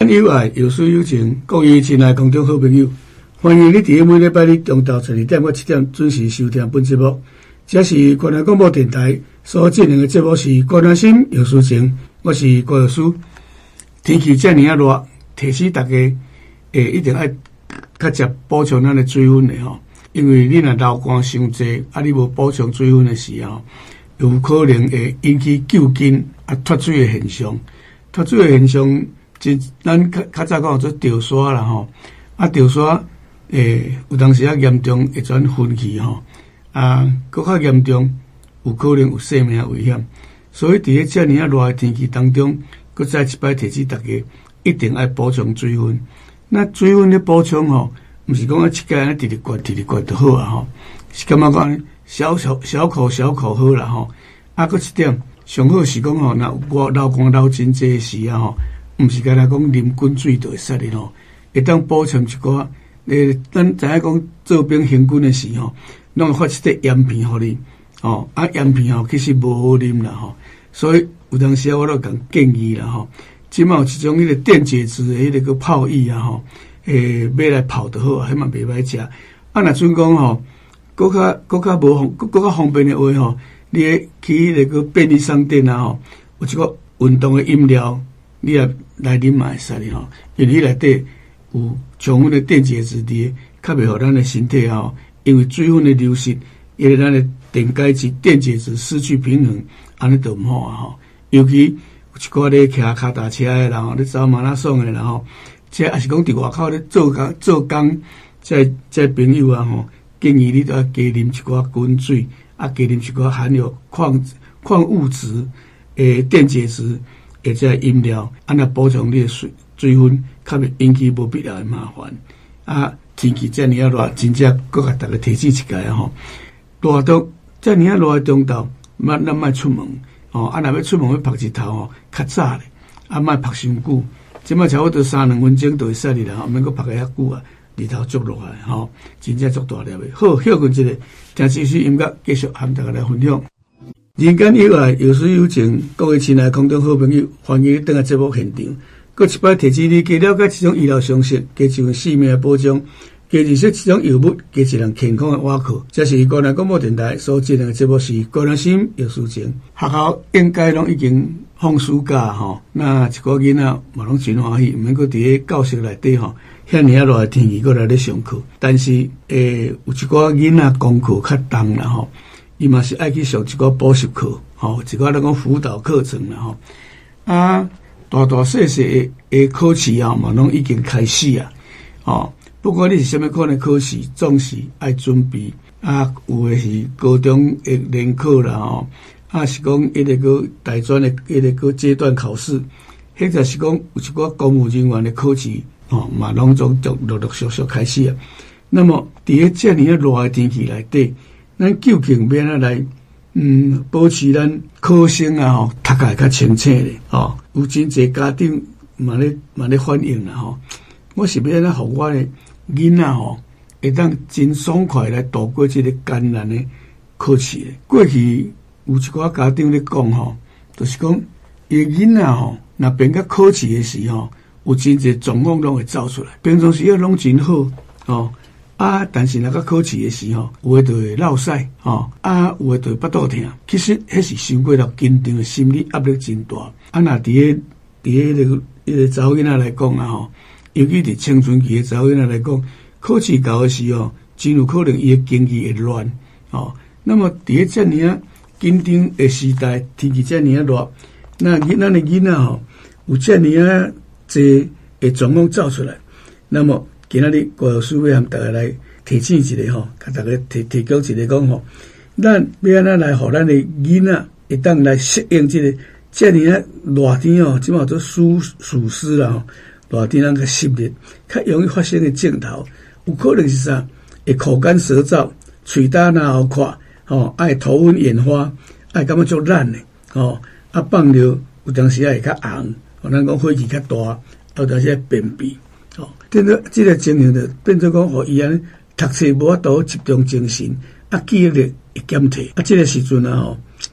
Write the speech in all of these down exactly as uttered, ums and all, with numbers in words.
有爱有水有情，各位亲爱空中好朋友，欢迎你伫每礼拜日中昼十二点或七点准时收听本节目。这是关南广播电台所进行的节目是关南心有事情，我是郭有书。天气这么啊热，提醒大家诶一定爱较食补充咱的水分的吼，因为你若流汗伤济，啊你无补充水分的时候，有可能会引起旧筋啊脱水的现象。脱水的现象，即咱较较早讲做潮沙啦吼，啊潮沙诶有当时啊严重会转昏去吼。啊，搁较严重，有可能有生命危险，所以伫咧遮尔啊热的天气当中，搁再一摆提醒大家，一定爱补充水分。那水分咧补充吼，毋是讲啊一家安尼直直灌直直灌就好啊吼，是感觉讲小小小口小口好啦吼。啊，搁一点上好是讲吼，若我流汗流真济时啊吼，毋是干那讲啉滚水就会使的吼，会当补充一寡诶，咱知影讲做兵行军的时吼。拢会发出啲盐片互你，哦，啊盐片吼其实无好啉啦吼，所以有当时我都讲建议啦吼，即嘛有一种迄个电解质的迄个个泡液啊吼，诶买来泡就好，迄嘛袂歹食。啊，若准讲吼，搁较搁较无方，搁较方便的话吼，你去迄个个便利商店啊吼，有一个运动的饮料，你也来啉嘛会使哩吼，因为迄内底有充分的电解质伫，较袂互咱的身体吼。因为水分的流失，因为咱的电解质、电解质失去平衡，安尼就毋好啊吼。尤其有一寡咧骑脚踏车的人吼，咧走马拉松的人吼，即也是讲伫外口咧做工做工，即即朋友啊吼，建议你都要加啉一寡滚水，啊加啉一寡含有矿矿物质诶电解质诶即饮料，安尼补充你的水水分，较袂引起无必要的麻烦啊。天气遮尔啊热，真正搁甲大家提醒一下啊吼。热到遮尔啊热的中昼，咱咱莫出门哦。啊，若要出门要晒日头吼，较早咧，啊莫晒伤久。即摆差不多三两分钟就会使哩啦，吼，免搁晒个遐久啊，日头足落来吼，真正足大粒的。好，休困一下，听几首音乐，继续和大家来分享。人间有爱，有水有情，各位亲爱的空中好朋友，欢迎登来节目现场。搁一摆提醒你，加了解一种医疗常识，加一份生命的保障，加认识一种药物，加一项健康的瓦靠。这是关南广播电台所进行的节目是关南心有事情。学校应该拢已经放暑假吼，那一个囡仔嘛拢真欢喜，毋免搁伫咧教室内底吼，遐尔啊热的天气搁来咧上课。但是诶，有一寡囡仔功课较重啦吼，伊嘛是爱去上一寡补习课，吼，一寡咱讲辅导课程啦吼啊。大大细细的的考试啊，嘛拢已经开始啊！哦，不管你是什么款的考试，总是爱准备啊。有的是高中的联考啦，哦，啊是讲一个个大专的一个个阶段考试，或者是讲有一寡公务人员的考试，哦，嘛拢总就陆陆续续开始啊。那么伫咧遮尔啊热的天气内底，咱究竟要哪来？嗯，保持咱考生啊吼，读起来较清醒咧吼。有真侪家长嘛咧嘛咧反映啦吼。我是要安怎互我的囡仔吼，会当真爽快来度过这个艰难的考试咧。过去有一寡家长咧讲吼，就是讲伊囡仔吼，若变到考试的时候，有真侪状况拢会走出来。平常时要拢真好哦。啊，但是若个考试的时候，有诶就会落屎吼，啊，有诶就会腹肚疼。其实迄是伤过了紧张诶心理压力真大。啊，若伫咧伫咧迄个迄个查某囡仔来讲啊吼，尤其伫青春期诶查某囡仔来讲，考试到诶时候，真有可能伊诶经济会乱吼。那么伫咧遮尔啊紧张诶时代，天气遮尔啊热，那咱诶囡仔吼有遮尔啊侪诶状况走出来，那么。今仔日郭老师要和大家来提醒一下吼，甲大家提提供一个讲吼，咱要安怎来互咱的囡仔会当来适应这个遮尔啊热天哦，即马做暑暑湿啦吼，热天咱较湿热，较容易发生的症头，有可能是啥？会口干舌燥、喙焦哪好看，吼，爱头昏眼花，爱感觉足懒的，吼，啊放尿有当时也会较红，吼，咱讲火气较大，有当时会便秘。哦，变做这个情形就变做讲，互伊安读册无法度集中精神，啊记忆力会减退，啊这个时阵啊吼，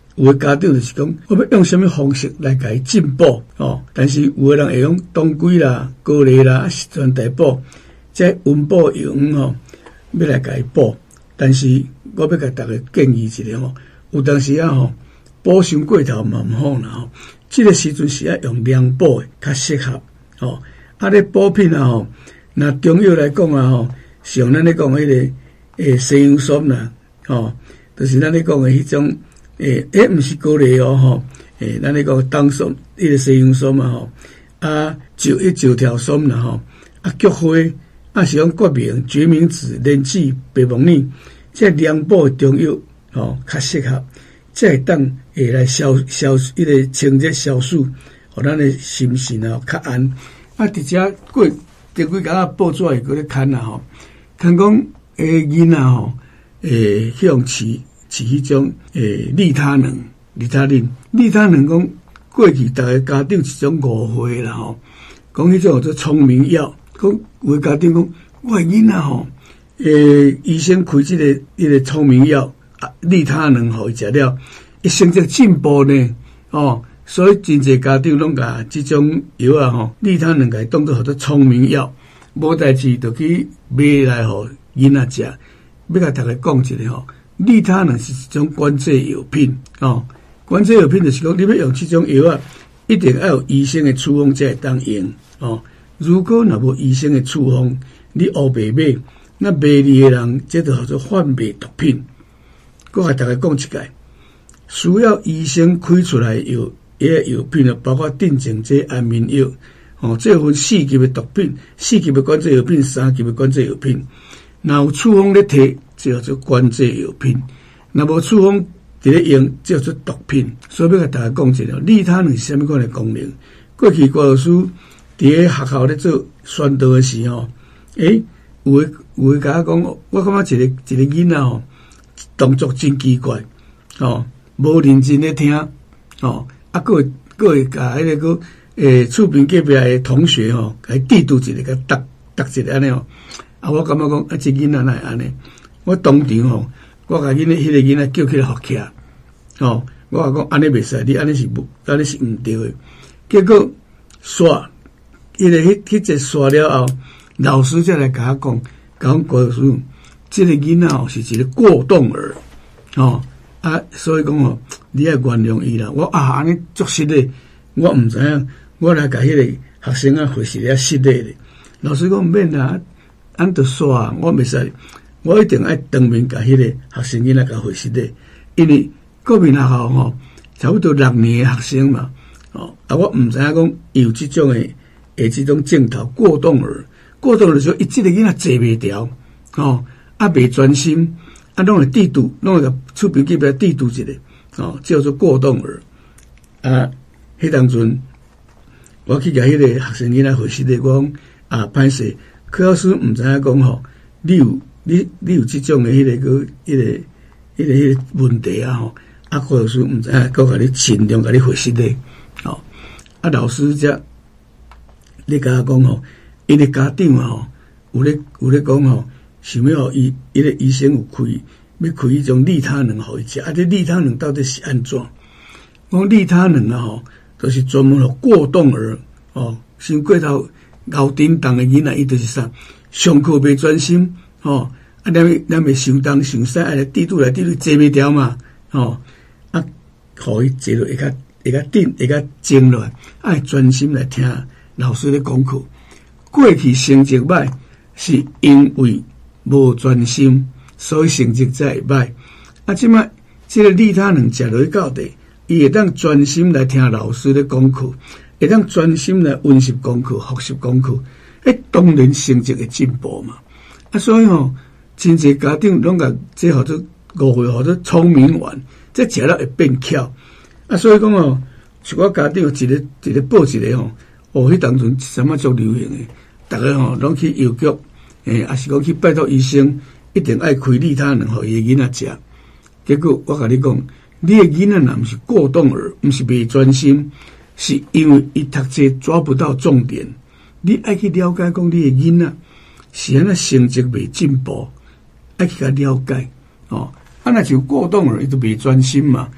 有的家长就是讲，我要用什么方式来给伊进步哦？但是有的人会用当归啦、高丽啦、十全大补，这温补用吼，要来给伊补。但是我要给大家建议一下吼，有当时啊吼，补伤过头嘛唔好啦吼。这个时阵是要用凉补的较适合吼。啊，咧补品啊吼，那中药来讲啊吼，像咱咧讲迄个诶西洋参啦，吼，就是咱咧讲诶迄种。诶，诶，毋是高丽哦，吼，诶，咱咧讲当参，迄个西洋参嘛，吼，啊，就一九条参啦，吼，啊，菊花，啊，是用决明、决明子、莲子、白木耳，这凉补的中药，吼，较适合，这会当会来消消迄个清热消暑，互咱的心神啊较安。啊，伫遮过第几工啊，报纸会搁咧看啦，吼，看讲诶囡仔吼，诶，去用饲。是迄种诶利他能、利他林、利他能讲过去大家家长一种误会啦吼，讲迄种叫做聪明药，讲有的家长讲，我的囡仔吼，诶医生开即、这个迄、这个聪明药啊，利他能互伊食了，伊成绩进步呢，哦，所以真侪家长拢甲即种药啊吼，利他能甲伊当作叫做聪明药，无代志就去买来互囡仔食，要甲大家讲一下吼。利他能是一种关节药品哦，关节药品就是讲你要用这种药啊，一定要有医生的处方才会当用哦。如果若无医生的处方，你黑白买，那卖你的人，这就叫做贩卖毒品。我甲大家讲一解，需要医生开出来药，迄个药品啊，包括镇静剂、安眠药哦，这分四级的毒品，四级的关节药品，三级的关节药品。若有处方咧摕，这叫做关节药品；若无处方伫咧用，这叫做毒品。所以要甲大家讲一下，利他能是啥物款的功能？过去郭老师伫咧学校咧做宣导的时候，诶，有诶有诶甲我讲，我感觉一个一个囡仔吼，动作真奇怪，哦，无认真咧听，哦，啊，佫会佫会甲迄个个诶厝边隔壁诶同学吼，甲伊嘀嘟一个，甲答答一个安尼吼。啊！我感觉讲啊，这囡仔哪会安尼？我当场吼，我甲囡仔迄个囡仔叫起来学起来，吼！我甲讲安尼袂使，你安尼是不，安尼是毋对的。结果刷，伊个迄迄节刷了后，老师才来甲我讲，讲郭老师，这个囡仔吼是一个过动儿，吼啊！所以讲吼，你要原谅伊啦。我啊，安尼足失礼，我毋知影，我来甲迄个学生啊回是了失礼咧。老师讲毋免啦。按着刷，我袂使，我一定爱当面甲迄个学生囡仔甲回失礼，因为国民学校吼，差不多六年的学生嘛，哦，啊，我毋知影讲有即种诶，诶，即种症头过动儿，过动儿就伊即个囡仔坐袂牢，哦，啊，袂专心，啊，拢会嘀嘟，拢会甲厝边隔壁嘀嘟一个，哦，叫做过动儿，啊，迄当阵，我去甲迄个学生囡仔回失礼，我讲啊，歹势。柯老师毋知影讲吼，你有你你有即种诶迄、那个个迄、那个迄、那个迄、那个问题啊吼，啊柯老师毋知影，佮甲你尽量甲你回失礼，吼啊老师则你甲我讲吼，因为家长啊吼，有咧有咧讲吼，想要互伊迄个医生有开，要开迄种利他能互伊食，啊这利他能到底是安怎？讲利他能啊吼，都、就是专门互过动儿哦，先过头。熬叮当的囡仔，伊就是啥，上课袂专心，吼、哦，啊，咱咪咱咪想东想西，啊，嘀嘟来嘀嘟坐袂牢嘛，吼、哦，啊，互伊坐落会较会较定，会较静落来，爱专心来听老师咧讲课。过去成绩歹，是因为无专心，所以成绩才会歹。啊，即摆即个利他能食落去到底，伊会当专心来听老师咧讲课。会当专心来温习功课、复习功课，迄当然成绩会进步嘛。啊，所以吼，真侪家长拢甲这叫做误会，叫做聪明丸，这食了会变巧。啊，所以讲吼，像我家长一个一个报一个吼，哦，迄当阵什么足流行诶，逐个吼拢去邮局，诶，也是讲去拜托医生，一定爱开利他能互伊个囡仔食。结果我甲你讲，你个囡仔若毋是过动儿，毋是袂专心。是因为伊读册抓不到重点，你爱去了解讲你的囡仔是安那成绩未进步，爱去甲了解哦。啊，那就过动儿伊都未专心嘛，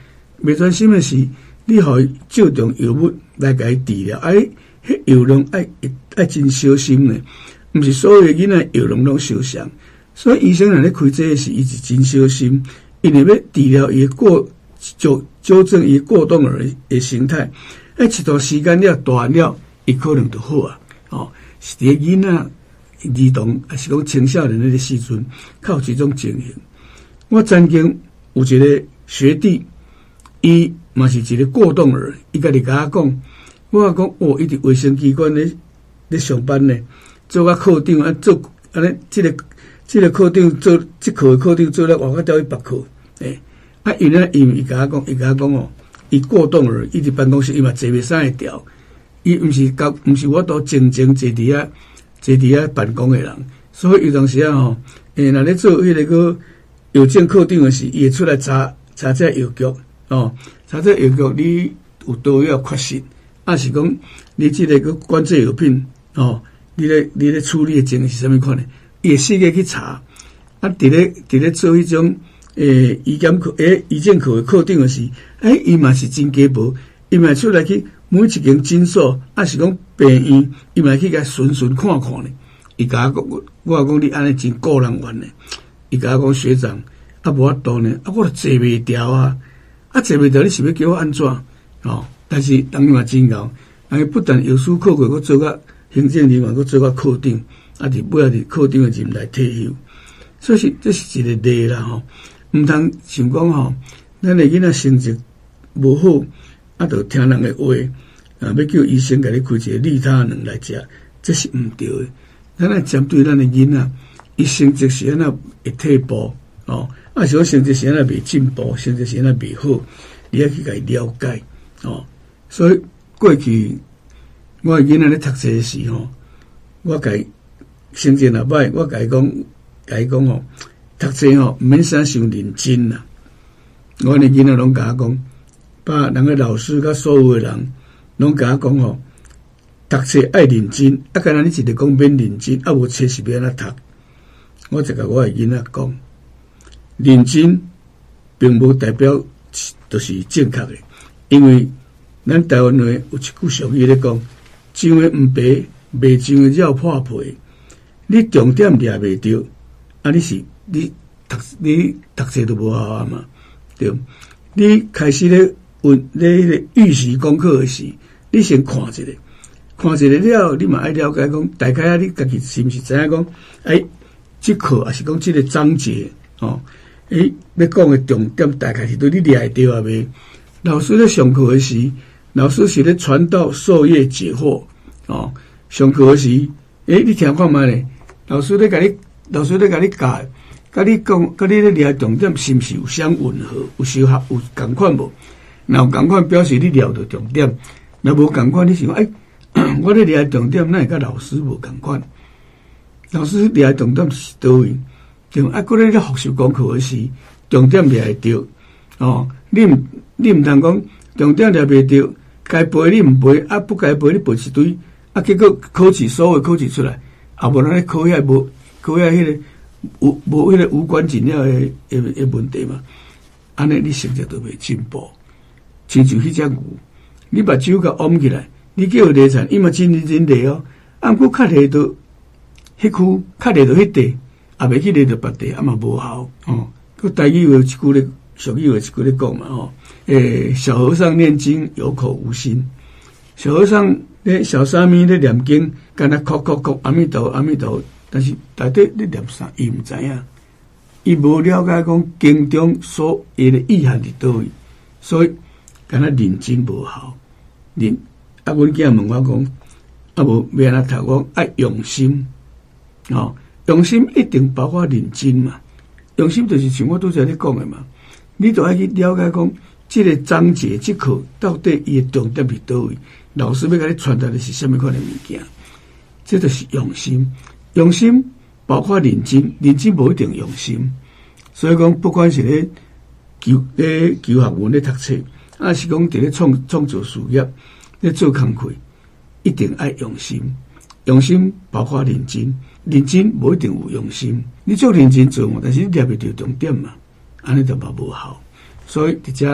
袂专心的是，你互伊照中药物来甲伊治疗，哎，迄药量爱爱真小心呢，毋是所有的囡仔药量拢相像，所以医生若咧开这个时，伊是真小心，因为要治疗伊过纠纠正伊过动儿的形态，哎，一段时间了大了，伊可能就好啊。哦，是伫囡仔儿童还是讲青少年那个时阵，较有这种情形。我曾经有一个学弟，伊嘛是一个过动儿，伊家己甲我讲，我讲哦，伊伫卫生机关咧咧上班呢，做甲科长啊，做安尼，即个即个科长做即课的科长做了，换我调去别课，诶，啊，因咧因伊甲我讲，伊甲我讲哦，伊过动儿，伊伫办公室伊嘛坐袂啥会调，伊毋是甲毋是我都静静坐伫遐坐伫遐办公的人，所以有当时啊吼，诶，若咧做迄个个邮政科长的时，伊会出来查查这邮局哦，查这邮局你有多少缺失，啊是讲你即个个管制药品哦，你咧你咧处理的情形是啥物款呢？伊会细个去查，啊，伫咧伫咧做迄种诶医检科诶医政科的科长的时，诶，伊嘛是真鸡婆，伊嘛出来去每一间诊所，啊是讲病院，伊嘛去甲顺顺看看呢。伊甲我讲，我讲你安尼真顾人怨呢。伊甲我讲学长，啊无法度呢，啊我都坐袂调啊，啊坐袂调，你是要叫我安怎？哦，但是人嘛真牛，人不但有书考过，我做甲行政人员，我做甲科长，啊伫尾仔伫科长的任来退休，所以是这是一个例啦吼。毋通想讲吼，咱的囡仔成绩无好，啊，就听人的话，啊，要叫医生甲你开一个利他能来食，这是毋对的。咱来针对咱的囡仔，伊成绩是安那会退步哦，啊，是讲成绩是安那未进步，成绩是安那未好，你要去甲伊了解哦。所以过去我的囡仔咧读册的时候，我甲伊成绩若歹，我甲伊讲，甲伊讲吼，读册吼毋免啥伤认真啦。我的囡仔拢甲我讲，把人个老师甲所有的人拢甲我讲吼，读册爱认真，啊，干那你一直讲免认真，啊，无册是要安怎读？我就甲我的囡仔讲，认真并无代表就是正确的，因为咱台湾话有一句俗语咧讲，上的毋白，未上的绕破皮。你重点抓袂着，啊，你是你读你读册都无好啊嘛，对。你开始咧问咧个预习功课的时，你先看一下，看一下了，你嘛爱了解讲，大概啊，你家己是毋是知影讲，哎，这课还是讲这个章节哦，哎，要讲的重点大概是对你抓会着啊未？老师咧上课的时，老师是咧传道授业解惑哦，上课的时，哎，你听看觅咧，老师咧甲你，老师咧甲你教。甲你讲，甲你咧抓重点是毋是有相吻合？有相合有共款无？若有共款，表示你抓到重点；若无共款，你想讲，哎、欸，我咧抓重点，那会甲老师无共款？老师抓重点是倒位？对啊，搁咧咧复习功课时，重点抓会着哦。你毋你毋通讲重点抓袂着，该背你毋背，啊不该背你背一堆，啊结果考试所有考试出来，啊无咱咧考遐无考遐迄个。无无迄个无关紧要的诶诶问题嘛？安尼你成绩都袂进步。亲像迄只牛，你把酒甲往起来，你叫伊犁田，伊嘛真认真犁哦。啊，毋过较犁到迄区，较犁到迄地，也袂去犁到别地，啊嘛无效哦。个台语有一句咧，俗语有一句咧讲嘛吼，诶，小和尚念经有口无心，小和尚咧小沙弥咧念经，干那哭哭哭，阿弥陀阿弥陀。但是内底你念啥，伊毋知影，伊无了解讲经中所下的意涵伫倒位，所以敢若认真无效。认啊，阮囝问我讲，啊无要安怎读？我爱用心哦，用心一定包括认真嘛。用心就是像我拄则咧讲的嘛，你都爱去了解讲，这个章节这课到底伊的重点伫倒位，老师要甲你传达的是什么款的物件，这就是用心。用心包括认真，认真无一定用心，所以讲不管是咧求咧求学问咧读册，还是讲伫咧创创造事业咧做工课，一定爱用心。用心包括认真，认真无一定有用心。你做认真做嘛，但是你抓袂到重点嘛，安尼就嘛无效。所以伫遮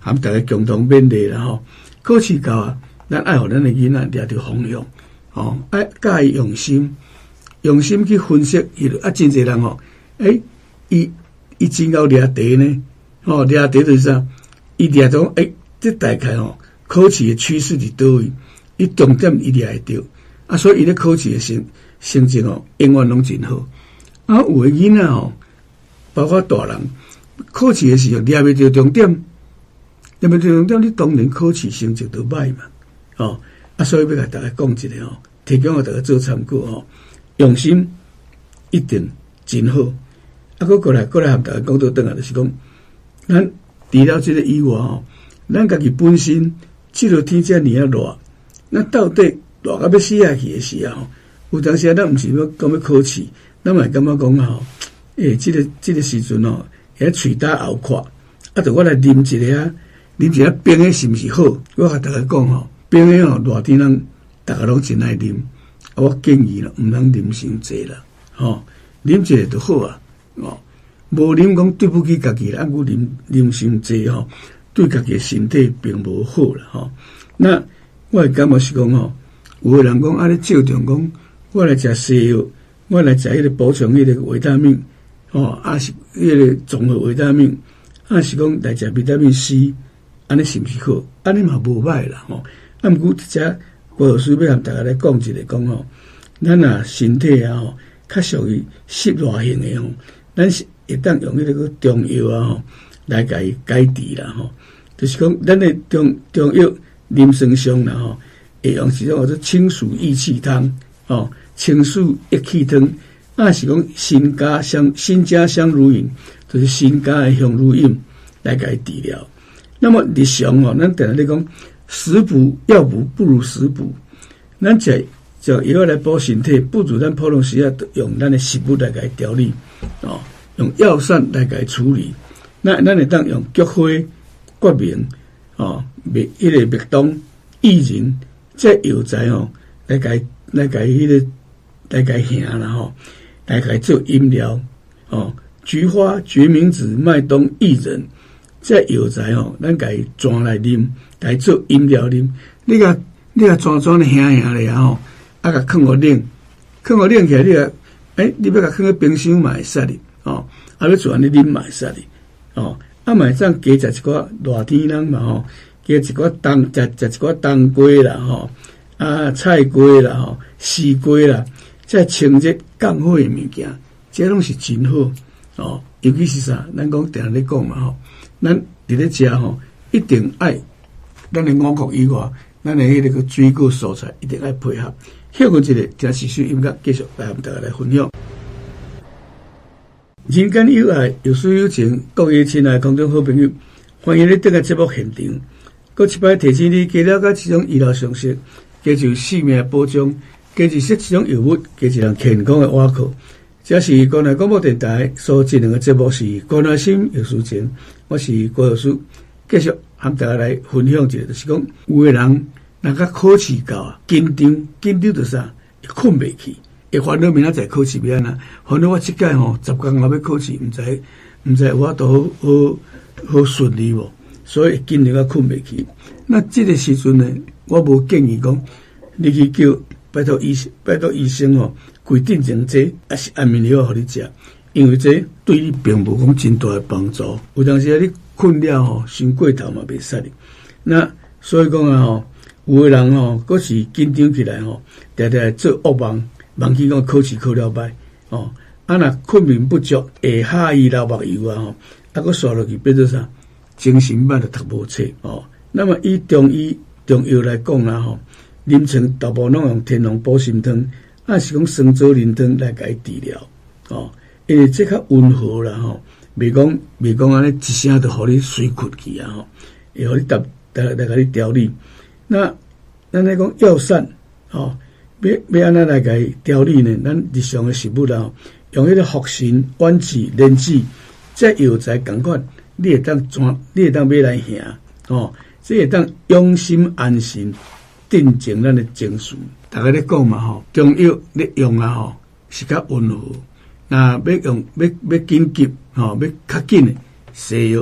含大家共同勉励啦吼。考试到啊，咱爱互咱的囡仔抓着方向，吼，爱教伊用心，用心去分析。伊啊，真侪人吼，诶，伊伊真够抓题呢，吼，抓题就是啥？伊抓到诶，这大概吼，考试的趋势伫倒位，伊重点伊抓会着，啊，所以伊咧考试的成成绩吼，永远拢真好。啊，有诶囡仔吼，包括大人，考试的时候抓袂着重点。那么重点，你当然考试成绩就歹嘛，哦，啊，所以要甲大家讲一个吼，提供互大家做参考吼，用心一定真好。啊，搁过来过来和大家讲到转来，就是讲，咱除了这个以外吼，咱家己本身这落天遮尔啊热，那到底热到要死下去的时候，有当时咱毋是要讲要考试，咱嘛感觉讲吼，诶，这个这个时阵吼，遐喙打喉壳，啊，着我来啉一个啊。啉一下冰的是毋是好？我甲大家讲吼，冰的吼热天人大家拢真爱啉，啊，我建议啦，毋通啉伤济啦，吼，啉一个就好啊，哦，无啉讲对不起家己啦，啊，我啉啉伤济吼，对家己身体并无好啦，吼。那我会感觉是讲吼，有个人讲啊，咧照常讲，我来食西药，我来食迄个补充迄个维他命，吼，啊是迄个综合维他命，啊是讲来食维他命 C。安尼是毋是好？安尼嘛无歹啦吼。啊，毋过遮郭老师要和大家来讲一个讲吼，咱啊身体啊吼，较属于湿热型的吼，咱是会当用迄个中药啊吼来甲伊解治啦吼。就是讲咱的中中药临床上啦吼，会用是种叫做清暑益气汤吼，清暑益气汤，啊是讲新加香新加香乳饮，就是新加的香乳饮来甲伊治疗。那么日常哦，咱定定咧讲，食补药补不如食补。咱食就药来补身体，不如咱普通时啊用咱的食物来给调理，哦，用药膳来给处理。那咱会当用菊花、决明、哦、蜜、迄个蜜冬、薏仁这药材哦，来给来给迄个来给行啦吼，来给做饮料哦，菊花、决明子、麦冬、薏仁。这药材吼，咱家己装来啉，来做饮料啉。你甲你甲装装咧香香咧吼，啊，甲放互冷，放互冷起来，你甲诶，你要甲放喺冰箱嘛会使哩，哦，啊，要做安尼啉嘛会使哩，哦，啊，嘛会当加食一寡热天人嘛吼，加一寡冬食食一寡冬瓜啦吼，啊，菜瓜啦吼，西瓜啦，这清热降火的物件，这拢是真好哦。尤其是啥，咱讲定咧讲嘛吼。咱伫咧食吼，一定爱咱的五谷以外，咱的迄个水果蔬菜一定爱配合。休困一个，听时事音乐，继续来和大家来分享。人间有爱，有书有情，各位亲爱空中好朋友，欢迎你登来节目现场。搁一摆提醒你，加了解这种医疗常识，加就性命保障，加就识这种药物，加一人健康的瓦靠。这是国内广播电台所进行的节目是关爱心有事情，我是郭老师，继续和大家来分享一个，就是讲有个人若甲考试到啊，紧张紧张着啥，困袂去，会烦恼明仔载考试要安怎？烦恼我即届吼十工后要考试，毋知毋知我都好好好顺利无，所以紧张啊困袂去。那这个时阵呢，我无建议讲你去叫拜托医生，拜托医生吼。规定前这也是安眠药互你食，因为这对你并无讲真大的帮助。有当时你困了吼，伤过头嘛袂使哩。那所以讲啊吼，有个人吼，佫是紧张起来吼，常常做噩梦，忘记讲考试考了歹哦。啊，若困眠不足，会下伊流目油啊吼，啊佫刷落去变做啥？精神版就读无册哦。那么以中医中药来讲啦吼，临床大部分拢用天龙补心汤。啊，是讲生枣仁汤来甲伊治疗，哦，因为这较温和啦吼，袂讲袂讲安尼一声就互你睡困去啊吼，会互你搭来来甲你调理。那咱来讲药膳，哦，要要安怎来甲伊调理呢？咱日常的食物啦，用迄个茯神、枴子、莲子，这药材共款，你会当转，你会当买来行，哦，这会当养心安神。定静咱的情绪，大家咧讲嘛吼，中药咧用啊吼是较温和，那要用要要紧急吼，要较紧的西药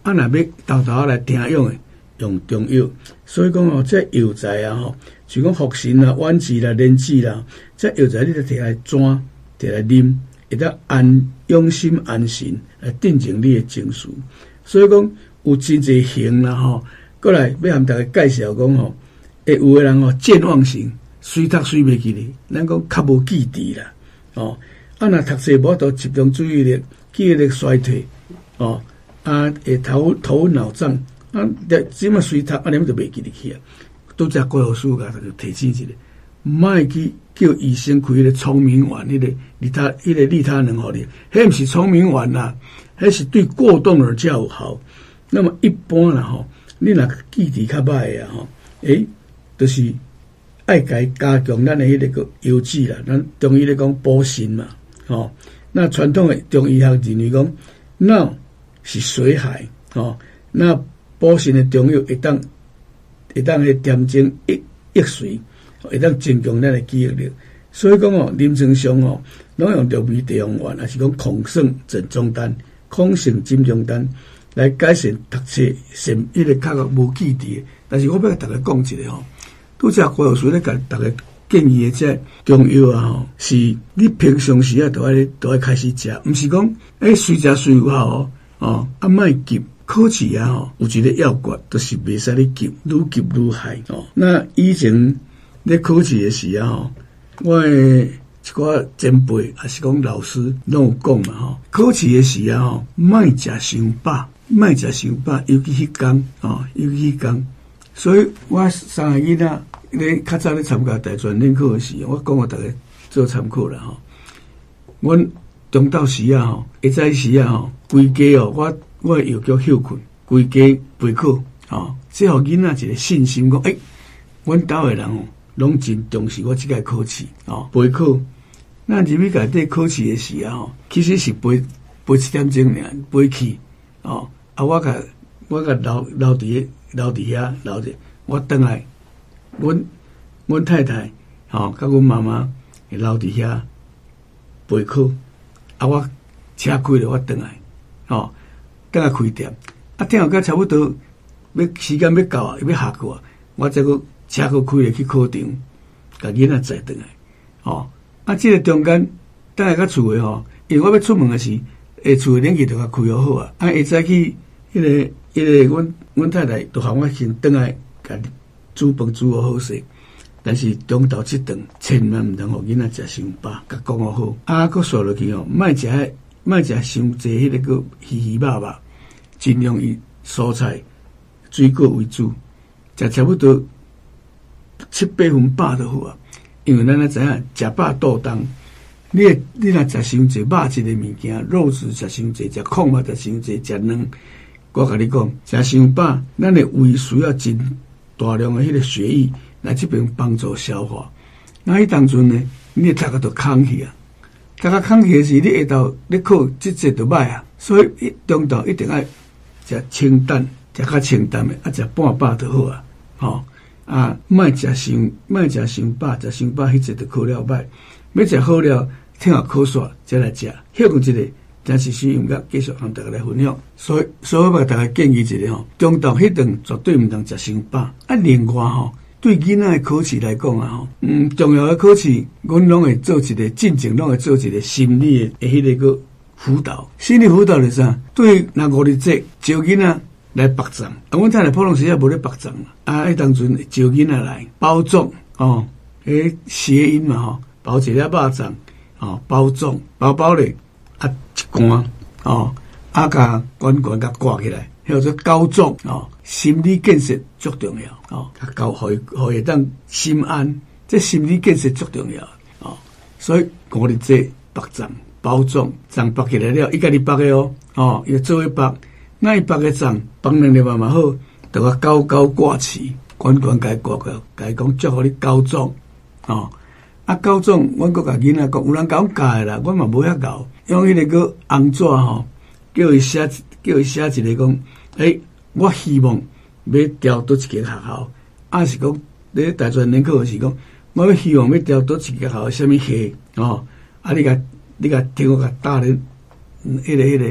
啊，若要豆豆来停用诶，用中药。所以讲哦，这药材啊吼，就讲茯神啦、豌芪啦、莲子啦，这药材你着摕来转，摕来啉，会当安养心安神，来镇静你诶情绪。所以讲有真侪型啦吼，过来要向大家介绍讲吼，会有诶人吼健忘型，水读水袂记咧，咱讲较无记忆啦，哦，啊若读册无多集中注意力，记忆力衰退，哦，啊会头头脑胀。啊，即马随读，啊，连就袂记得去啊。拄则郭老师甲就提醒一下，莫去叫医生开迄个聪明丸，迄、那个利他、迄、那个利他能互你，迄毋是聪明丸啦，迄是对过动儿较有效。那么一般啦吼，你若记忆较歹啊吼，诶，就是爱甲伊加强咱的迄个个药剂啦，咱中医咧讲补肾嘛，吼。那传统的中医学认为讲，脑是水海，吼，那补肾的中药会当会当去调整益益髓，会当增强咱的记忆力。所以讲哦，临床上哦，拢用着微地黄丸，还是讲抗胜镇中丹、抗胜金中丹来改善读册神迄个较无记忆的。但是我要甲大家讲一下吼，拄则郭老师咧甲大家建议的这中药啊吼，是你平常时啊都爱都爱开始食，毋是讲诶随食随有效哦，哦啊莫急。考试啊吼，有一个要诀，就是袂使你急，愈急愈害哦。那以前咧考试的时啊吼，我的一寡前辈还是讲老师拢有讲嘛吼，考试的时啊吼，莫食伤饱，莫食伤饱，尤其迄天哦，尤其迄天。所以我三个囡仔咧较早咧参加大专联考的时，我讲互大家做参考啦吼。阮中昼时啊吼，下早时啊吼，规家哦我。我又叫休困，规家备考，哦，这互囡仔一个信心，讲，诶、欸，阮兜诶人哦，拢真重视我即个考试，哦，备考。咱入去内底考试诶时啊，吼，其实是背背七点钟尔，背去，哦，啊，我甲我甲留留伫留伫遐留者，我转来，阮阮太太，吼，甲阮妈妈会留伫遐备考，啊，我车开了，我转来，哦。等下开店，啊，听到差不多要时间要到啊，要下课啊，我再个车课开了去考场，甲囡仔载转来，哦，啊，这个中间等下到厝诶吼，因为我要出门诶时，下厝诶冷气就甲开好好啊，啊，下早起迄、那个迄、那个阮阮太太就喊我先转来甲煮饭煮好好势，但是中昼这顿千万毋通互囡仔食伤饱，甲讲好好，啊，佮说落去吼，莫食迄。莫食伤济迄个个鱼鱼肉肉，尽量以蔬菜、水果为主，食差不多七八分饱就好啊。因为咱咧知影食饱肚重，你你若食伤济肉质的物件，肉质食伤济，食矿物食伤济，食卵，我甲你讲，食伤饱，咱的胃需要真大量的迄个血液来这边帮助消化。那迄当阵呢，你大家都空去啊。大家空气时，你下昼你考即节就歹啊，所以一中昼一定爱食清淡，食较清淡的，啊食半饱就好啊，吼啊，莫食伤莫食伤饱，食伤饱迄节就考了歹，要食好了，听下考煞再来食，休困一个，真是需要继续向大家来分享。所以，所以我大家建议一下吼，中昼迄顿绝对毋通食伤饱，啊，另外吼。对囡仔的考试来讲啊，吼，嗯，重要的考试，阮拢会做一个进前，拢会做一个心理的迄个个辅导。心理辅导是啥？对，那五日节招囡仔来白粽，啊，阮太太普通时也无咧白粽啊，迄当阵招囡仔来包粽哦，迄谐音嘛吼，包一粒肉粽哦，包粽包包咧啊一罐哦，啊甲管管甲挂起来。叫做教状哦，心理建设足重要哦，教互互会当心安，这心理建设足重要哦。所以五日节白粽包粽，粽包起来了，伊家己包的哦，哦，伊做伙包，那伊包的粽放两日嘛嘛好，就甲高高挂起，管管甲伊挂个，甲伊讲祝互你教状哦。啊，教状，阮阁甲囡仔讲，有人甲阮教的啦，阮嘛无遐教，用迄个个红纸吼，叫伊写，叫伊写一个讲。诶、欸，我希望要调倒一间学校，啊是讲咧大专联考是讲，我要希望要调倒一间学校，什么系哦？啊，你甲你甲听我甲打咧，迄、那个迄、那个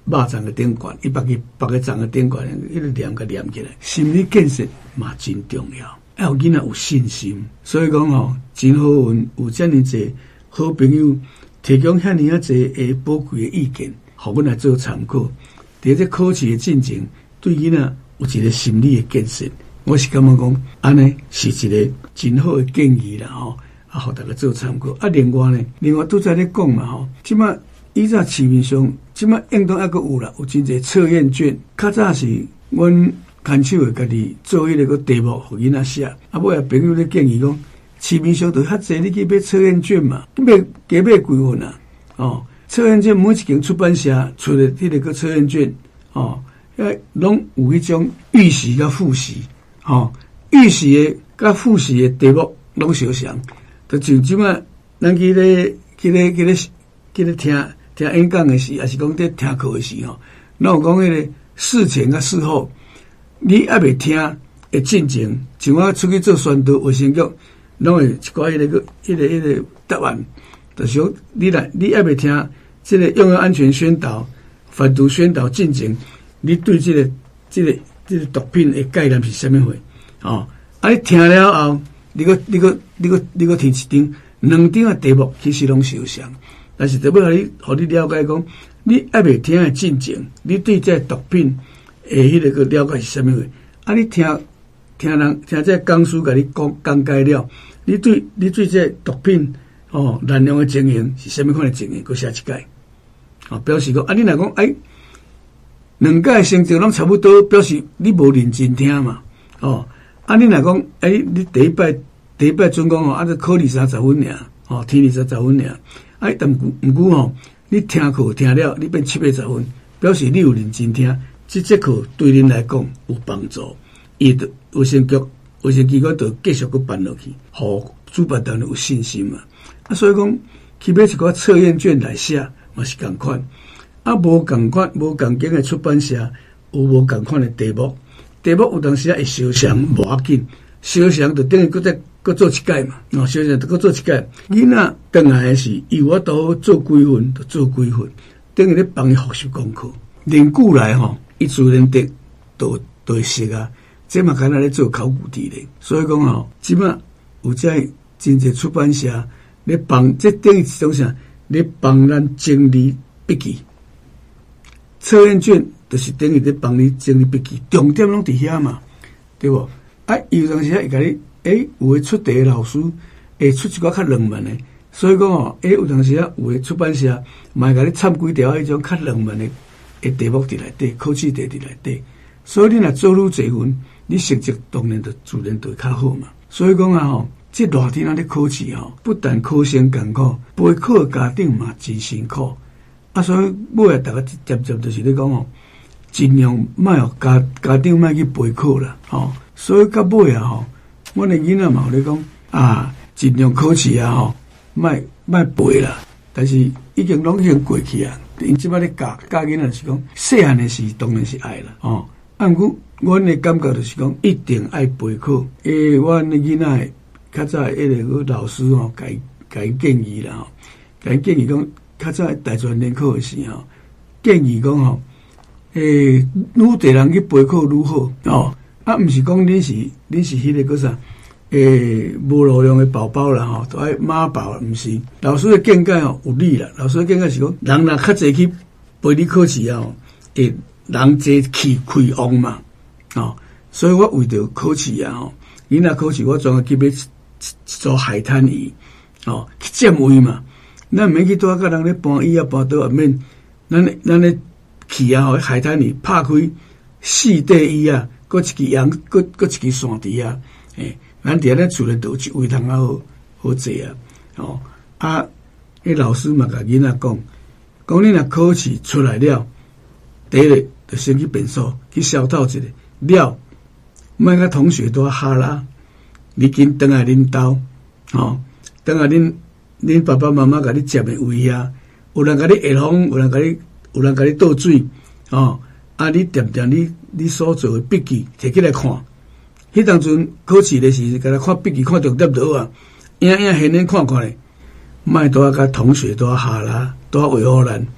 肉粽的顶悬，伊把去别个粽的顶悬，迄个念个念起来，心理建设嘛真重要，要有囡仔有信心。所以讲吼，真好运，有遮尔济好朋友提供遐尔啊济诶宝贵的意见，互阮来做参考。伫这考试的进程，对囡仔有一个心理的建设，我是感觉讲，安尼是一个真好的建议啦吼，啊，互大家做参考。啊，另外呢，另外拄则咧讲嘛吼，即摆以前市面上，即摆应当还阁有啦，有真侪测验卷。较早是阮牵手的家己做迄个个题目，互囡仔写。啊，尾啊朋友咧建议讲，市面上都较侪，你去买测验卷嘛，买加买几份啊？哦，测验卷每一间出版社出的迄个个测验卷，哦，迄拢有迄种预习甲复习，哦，预习的甲复习的题目拢相像。就像即摆咱去咧去咧去咧去咧听听演讲的时，还是讲伫听课的时吼，咱有讲迄个事前甲事后，你还未听的进程，像我出去做宣导卫生局，拢会一寡迄个个迄个迄个答案，就是讲你来你还未听这个用药安全宣导、反毒宣导进程，你对这个这个这个毒品的概念是啥物货？哦，啊你听了后，你个你个你个你个听一张、两张的题目，其实拢相像。但是特别互你，互你了解讲，你还未听的进程，你对这毒品诶，迄个个了解是啥物货？啊，你听听人听这讲师甲你讲讲解了，你对你对这毒品哦滥用的情形是啥物款的情形？佮写一解，哦，表示讲啊，你若讲哎，两解成绩拢差不多，表示你无认真听嘛，哦，啊，你若讲哎，你第一摆第一摆准讲哦，啊，就考二三十分尔，哦，填二三十分尔。哎，但毋毋过吼，你听课听了，你变七八十分，表示你有认真听，这节课对恁来讲有帮助。伊就卫生局、卫生机关就继续搁办落去，互主办单位有信心嘛。啊，所以讲去买一寡测验卷来写，嘛是共款。啊，无共款、无共间的出版社有无共款的题目，题目有当时啊会相像，无要紧，相像就等于搁再。搁做一届嘛，哦，小小搁做一届。囡仔转来的是，伊我都做几份，就做几份，等于咧帮伊复习功课。连久来吼，伊自然得都都会识啊。这嘛敢若咧做考古题咧。所以讲吼，即摆有遮真侪出版社咧帮，这等于一种啥？咧帮咱整理笔记。测验卷就是等于咧帮你整理笔记，重点拢伫遐嘛，对无？啊，有当时啊会甲你。诶，有诶出题诶老师会出一寡较冷门诶，所以讲哦，诶，有当时啊，有诶出版社嘛会甲你掺几条迄种较冷门诶诶题目伫内底，考试题伫内底，所以你若做愈侪份，你成绩当然就自然就会较好嘛。所以讲啊吼，这热天啊咧考试吼，不但考生艰苦，备考诶家长嘛真辛苦。啊，所以尾啊，大家渐渐就是咧讲吼，尽量莫互家家长莫去备考啦，吼。所以到尾啊吼。阮的囡仔嘛有咧讲啊，尽量考试啊吼，莫莫背啦。但是已经拢已经过去啊。因即摆咧教教囡仔是讲，细汉的时当然是爱啦，哦。啊，毋过阮的感觉就是讲，一定爱备考。诶，阮的囡仔较早迄个老师吼，甲伊甲伊建议啦吼，甲伊建议讲，较早大专联考的时候，建议讲吼，诶，愈侪人去备考愈好哦。啊，毋是讲恁是恁是迄个个啥，诶，无路用的宝宝啦吼，都爱妈宝，毋是。老师的见解吼有理啦，老师的见解是讲，人若较侪去陪你考试啊，会人侪气开旺嘛，哦，所以我为着考试啊吼，囡仔考试我专门去买一组海滩椅，哦，去占位嘛，咱毋免去拄啊，甲人咧搬椅啊搬倒，也免，咱咱咧去啊吼，海滩椅拍开四底椅啊。搁一支羊，搁搁一支线伫啊！诶，咱伫咧厝内倒一位通啊好好坐啊！哦，啊，迄老师嘛甲囡仔讲，讲你若考试出来了，第一个就先去便所去消透一下了，莫甲同学拄啊哈啦，你紧倒来恁兜，哦，倒来恁恁爸爸妈妈甲你接的位啊，有人甲你下风，有人甲你有人甲你倒水，哦。啊！你点点你你所做的笔记摕起来看，迄当阵考试的时，甲他看笔记看重点就好啊，影影现眼看看咧，莫拄啊甲同学拄啊下啦，拄啊话互咱，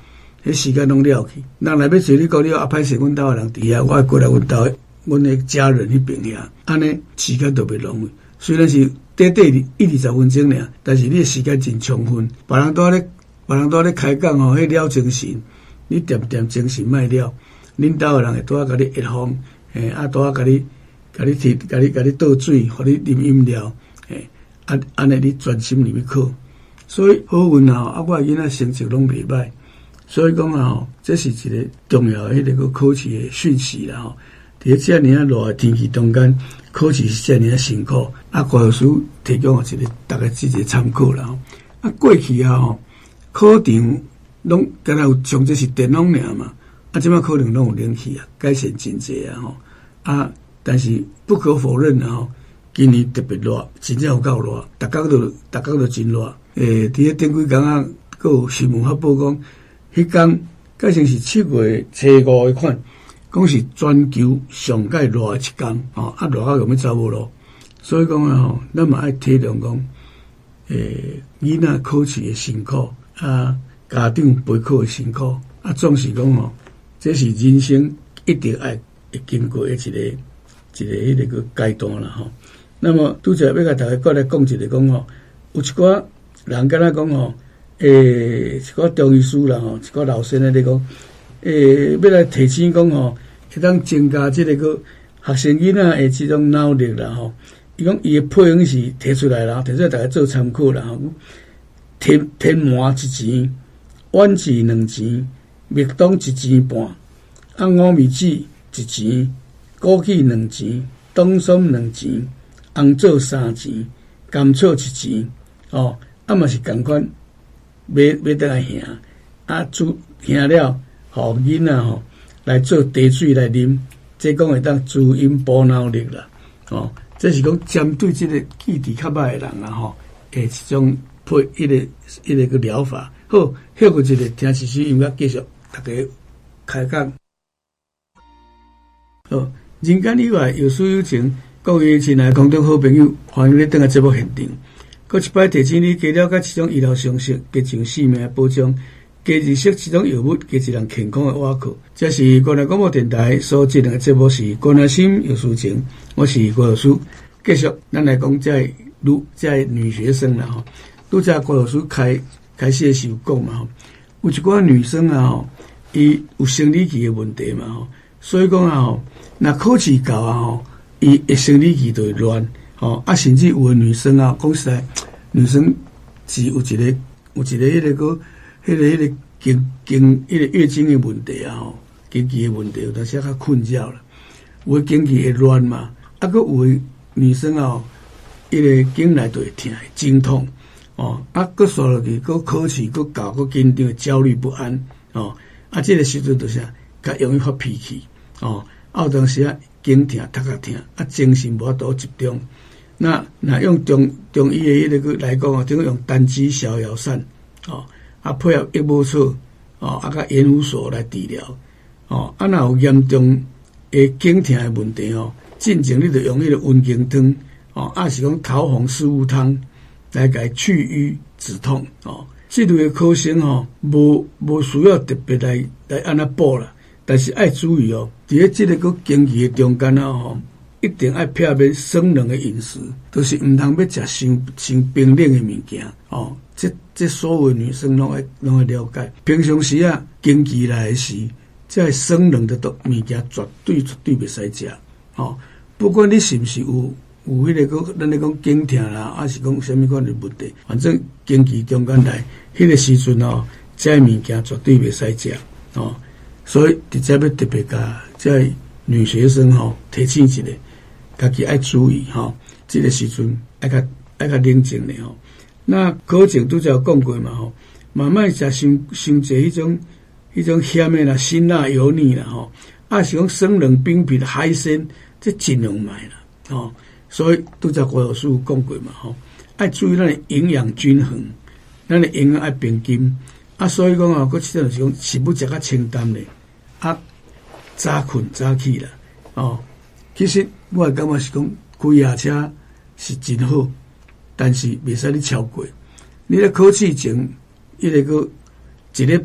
迄时间拢了去。人来要找你讲，你啊歹势，阮兜诶人伫遐，我过来阮兜诶，阮诶家人迄边遐，安尼时间都袂浪费。虽然是短短一二十分钟尔，但是你诶时间真充分。别人拄咧，别人拄咧开讲吼，迄了精神，你点点精神卖了，恁兜诶人会拄啊甲你热风，诶，啊拄啊甲你。甲你提，甲你甲你倒水，互你啉饮料，诶，啊，安尼你专心入去考，所以好运啊！啊，我囡仔成绩拢袂歹，所以讲啊，这是一个重要诶迄个考试诶讯息啦吼。伫遮尔啊热诶天气中间，考试是遮尔啊辛苦，啊，高老师提供一个大家一个参考啦吼。啊，过去啊吼，考场拢敢若有上这是电脑尔嘛，啊，即摆可能拢有冷气啊，改善真济啊吼，啊。但是不可否认啊，吼，今年特别热，真正有够热，逐工都逐工都真热。诶，伫咧顶几工啊，佫有新闻发布讲，迄工改成是七月初五诶款，讲是全球上界热诶一工，吼，啊热到用要走无路。所以讲啊，吼，咱嘛爱体谅讲，诶，囡仔考试诶辛苦，啊，家长备考诶辛苦，啊，总是讲吼，这是人生一定爱会经过诶一个。一个迄个个阶段啦吼，那么拄则要甲大家过来讲一个讲吼，有一寡人敢若讲吼，诶，一寡中医师啦吼，一寡老先生咧讲，诶，要来提醒讲吼，会当增加即个个学生囡仔诶即种脑力啦吼，伊讲伊诶配方是提出来啦，提出来大家做参考啦吼。天天麻一钱，豌豆两钱，蜜糖一钱半，啊五味子一钱。枸杞两钱，冬笋两钱，红枣三钱，甘草一钱，哦，啊嘛是共款，买买倒来烘，啊煮烘了，互囡仔吼来做茶水来啉，这讲会当滋阴补脑力啦，哦，这是讲针对这个记忆较歹的人啊吼，诶，一种配一个一个个疗法。好，休过一个听一首音乐，继续大家开讲。好。人间以外有书有情，各位亲爱的空中好朋友，欢迎你登来节目现场。搁一摆提醒你，加了解一种医疗常识，加上生命保障，加认识一种药物，加一人健康的瓦靠。这是关爱广播电台所进行的节目是关爱心有书情，我是郭老师。继续，咱来讲这女这女学生啦吼，拄则郭老师开开始的时候讲嘛吼，有一寡女生啊吼，伊有生理期的问题嘛吼，所以讲啊吼。那考试到啊吼，伊一生理期就会乱，吼啊，甚至有的女生啊，讲实在，女生是有一个有一个迄个个，迄个迄个经经迄个月经的问题啊吼，经期的问题有当时较困扰啦，有的经期会乱嘛，啊，佮有的女生啊，迄个经内都会痛，经痛，哦，啊，佮刷落去，佮考试，佮搞，佮紧张，焦虑不安，哦，啊，这个时阵就是较容易发脾气，哦。啊，有当时啊，颈痛、头壳痛，啊，精神无法度集中。那那用中中医的迄个来讲啊，等于用单支逍遥散，哦，啊配合益母草，哦，啊甲盐胡素来治疗，哦，啊若有严重的颈痛的问题哦，进前你就用迄个温经汤，哦，啊是讲桃红四物汤来甲伊去瘀止痛，哦，这类的考生哦，无无需要特别来来安那补啦。但是爱注意哦，伫咧即个个经期的中间啊吼，一定爱避免生冷的饮食，都、就是毋通要食伤伤冰冷的物件哦。这这所有女生拢爱拢爱了解。平常时啊，经期来时，这生冷的物件绝对绝对袂使食哦。不管你是毋是有有迄、那个个咱咧讲经痛啦，还是讲什么款的问题，反正经期中间来，迄、那个时阵哦，这物件绝对袂使食哦。所以，伫这要特别甲这女学生吼提醒一下，家己爱注意吼，这个时阵爱较爱较冷静咧吼。那考前拄则有讲过嘛吼，慢慢食伤伤济迄种迄种咸的啦、辛辣、油腻啦吼，啊是讲生冷冰皮的海鲜，这尽量买啦吼。所以拄则郭老师有讲过嘛吼，爱注意咱的营养均衡，咱的营养爱平均。啊，所以讲啊，佫即种是讲食物食较清淡咧，啊，早困早起啦，哦，其实我感觉是讲开夜车是真好，但是袂使你超过。你咧考试前，迄个个一礼拜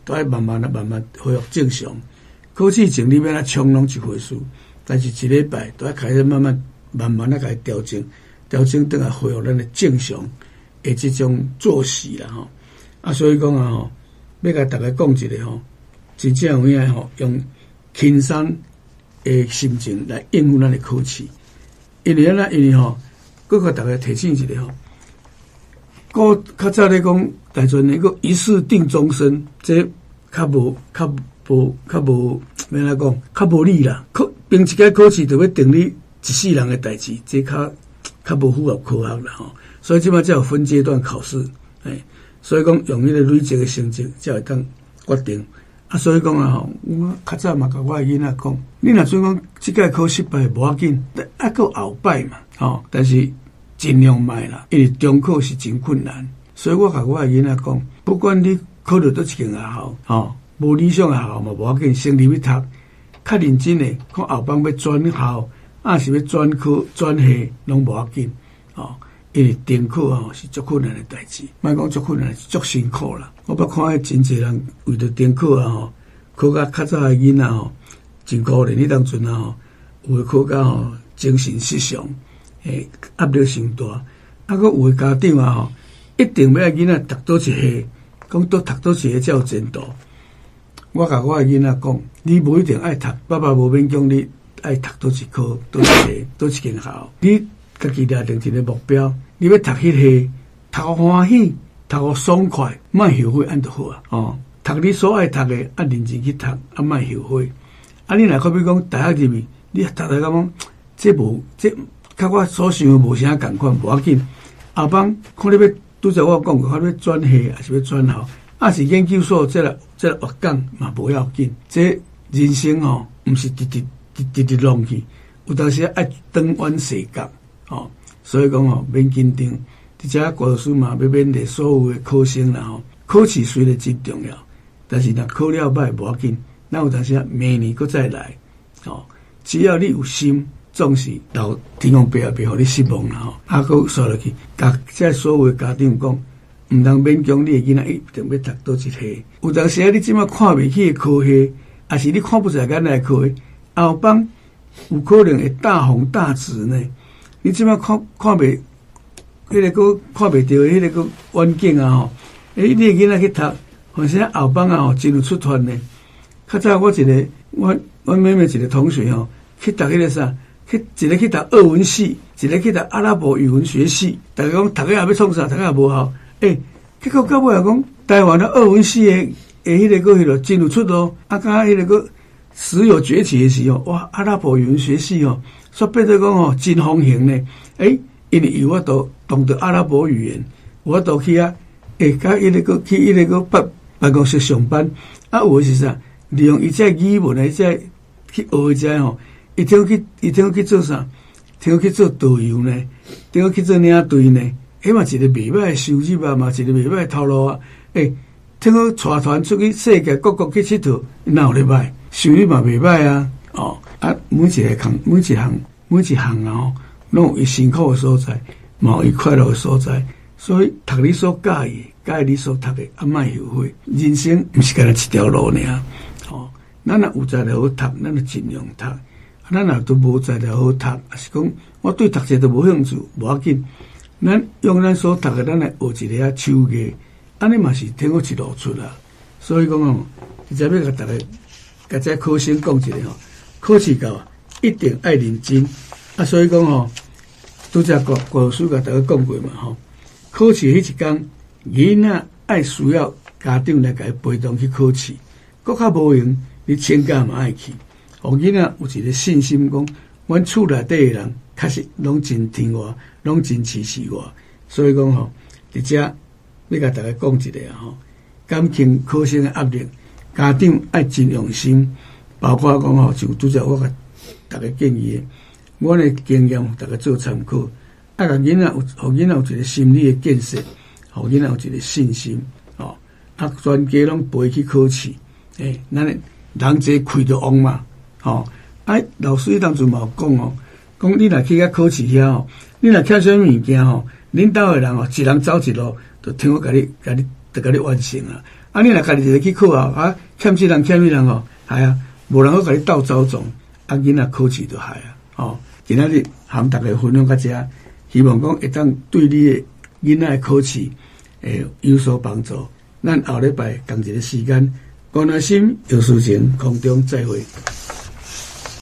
都要慢慢啊慢慢恢复正常。考试前你要来冲拢一回事，但是一礼拜都要开始慢慢慢慢啊来调整，调整等下恢复咱的正常的这种作息啦吼。啊，所以讲啊吼，要甲大家讲一个吼，真正有影吼，用轻松的心情来应付咱的考试。因为咱因为吼，搁甲大家提醒一下吼，古较早咧讲，大船那个一试定终身，这较无较无较无要来讲，较无理啦。考凭一个考试就要定你一世人的代志，这较较无符合科学啦吼。所以即摆才有分阶段考试，哎，所以讲用迄个累积的成绩才会当决定。啊，所以讲啊吼，我较早嘛甲我的囡仔讲，你若准讲即届考失败无要紧，还佫后摆嘛，吼，但是尽量卖啦，因为中考是真困难。所以我甲我的囡仔讲，不管你考到倒一间学校，吼，无理想的学校嘛无要紧，先入去读，较认真的，看后帮要转校，啊是要转科转系，拢无要紧，吼。因为定考吼是足困难的代志，莫讲足困难，是足辛苦啦。我捌看真侪人为着定考啊吼，考甲较早的囡仔吼，真可怜。迄当阵啊吼，有诶考甲吼精神失常，诶压力伤大。啊，佮有诶家长啊吼，一定要囡仔读倒一系，讲倒读倒一系才有前途。我甲我诶囡仔讲，你无一定爱读，爸爸无勉强你爱读倒一科、倒一系、倒一间校，你家己立定一个目标。你要读迄个，读欢喜，读爽快，莫后悔，安就好啊！哦，读你所爱读的，啊认真去读，啊莫后悔。啊，你若可比讲大学入去，你读来讲，这无这，甲我所想的无啥共款，无要紧。后帮看你要拄则我讲过，看你要转系还是要转校，啊是研究所，这个这个学讲嘛无要紧。这人生哦，毋是直直直直直浪去，有当时爱转弯斜角，哦。所以讲吼，免紧张。而且国老师嘛，要勉励所有的考生啦吼。考试虽然真重要，但是若考了歹无要紧，咱有当时啊，明年搁再来。吼，只要你有心，总是老天公伯也袂互你失望啦吼。啊，搁说落去，甲即所有的家长讲，毋通勉强你的囡仔一定要读倒一系。有当时啊，你即摆看袂起的科系，还是你看不出来咱来科系，后帮有可能会大红大紫呢。你即摆看看袂，迄个个看袂到，迄个个环境啊吼，诶，你囡仔去读，反正后帮啊吼，真有出团呢。较早我一个，我我妹妹一个同学吼，去读迄个啥，去一个去读俄文系，一个去读阿拉伯语文学系，大家讲读个也要创啥，读个也无效。诶，结果到尾来讲，台湾的俄文系诶，诶，迄个个迄个真有出咯。啊，甲迄个个石油崛起的时候，哇，阿拉伯语文学系吼。说变做讲吼真风行呢，诶，因为有法度懂得阿拉伯语言，有法度去啊，诶，甲伊个个去伊个个办办公室上班，啊，有诶是啥？利用伊只语文诶，只去学伊只吼，伊听去伊听去做啥？听去做导游呢？听去做领队呢？迄嘛一个袂歹诶收入啊，嘛一个袂歹诶头路啊，诶，听去带团出去世界各国去佚佗，哪有咧歹？收入嘛袂歹啊，哦。啊，每一个项，每一项，每一项啊，吼，拢有伊辛苦的所在，嘛有伊快乐的所在。所以读你所喜的，喜你所读的，啊，莫后悔。人生毋是干那一条路尔，吼。咱若有才来好读，咱就尽量读；咱若都无才来好读，也是讲我对读册都无兴趣，无要紧。咱用咱所读的，咱来学一个啊手艺，安尼嘛是挺好一路出啦。所以讲哦，直接要甲大家，甲这考生讲一下吼。考试到一定爱认真啊！所以讲吼，拄则郭郭老师甲大家讲过嘛吼。考试迄一天，囡仔爱需要家长来甲伊陪同去考试，搁较无用，你全家嘛爱去，互囡仔有一个信心，讲阮厝内底诶人确实拢真听话，拢真支持我。所以讲吼，伫遮要甲大家讲一下吼，减轻考生诶压力，家长爱真用心。包括讲吼，就拄则我甲大家建议的，我的经验大家做参考。啊，甲囡仔有，互囡仔有一个心理的建设，互囡仔有一个信心。哦，啊，全家拢陪去考试，诶，咱人侪开着往嘛，吼、哦。啊，老师迄当阵嘛有讲哦，讲你若去遐考试遐吼，你若欠啥物物件吼，恁兜的人吼，一人走一路，就听我甲你甲你就甲你完成啊。啊，你若家己一个去考啊，啊，欠这人欠迄人哦，系啊，无人好甲你斗走总，啊，囡仔考试就系啊。哦，今仔日含大家分享到这，希望讲会当对你的囡仔的考试诶有所帮助。咱后礼拜同一个时间，关爱心有事情空中再会。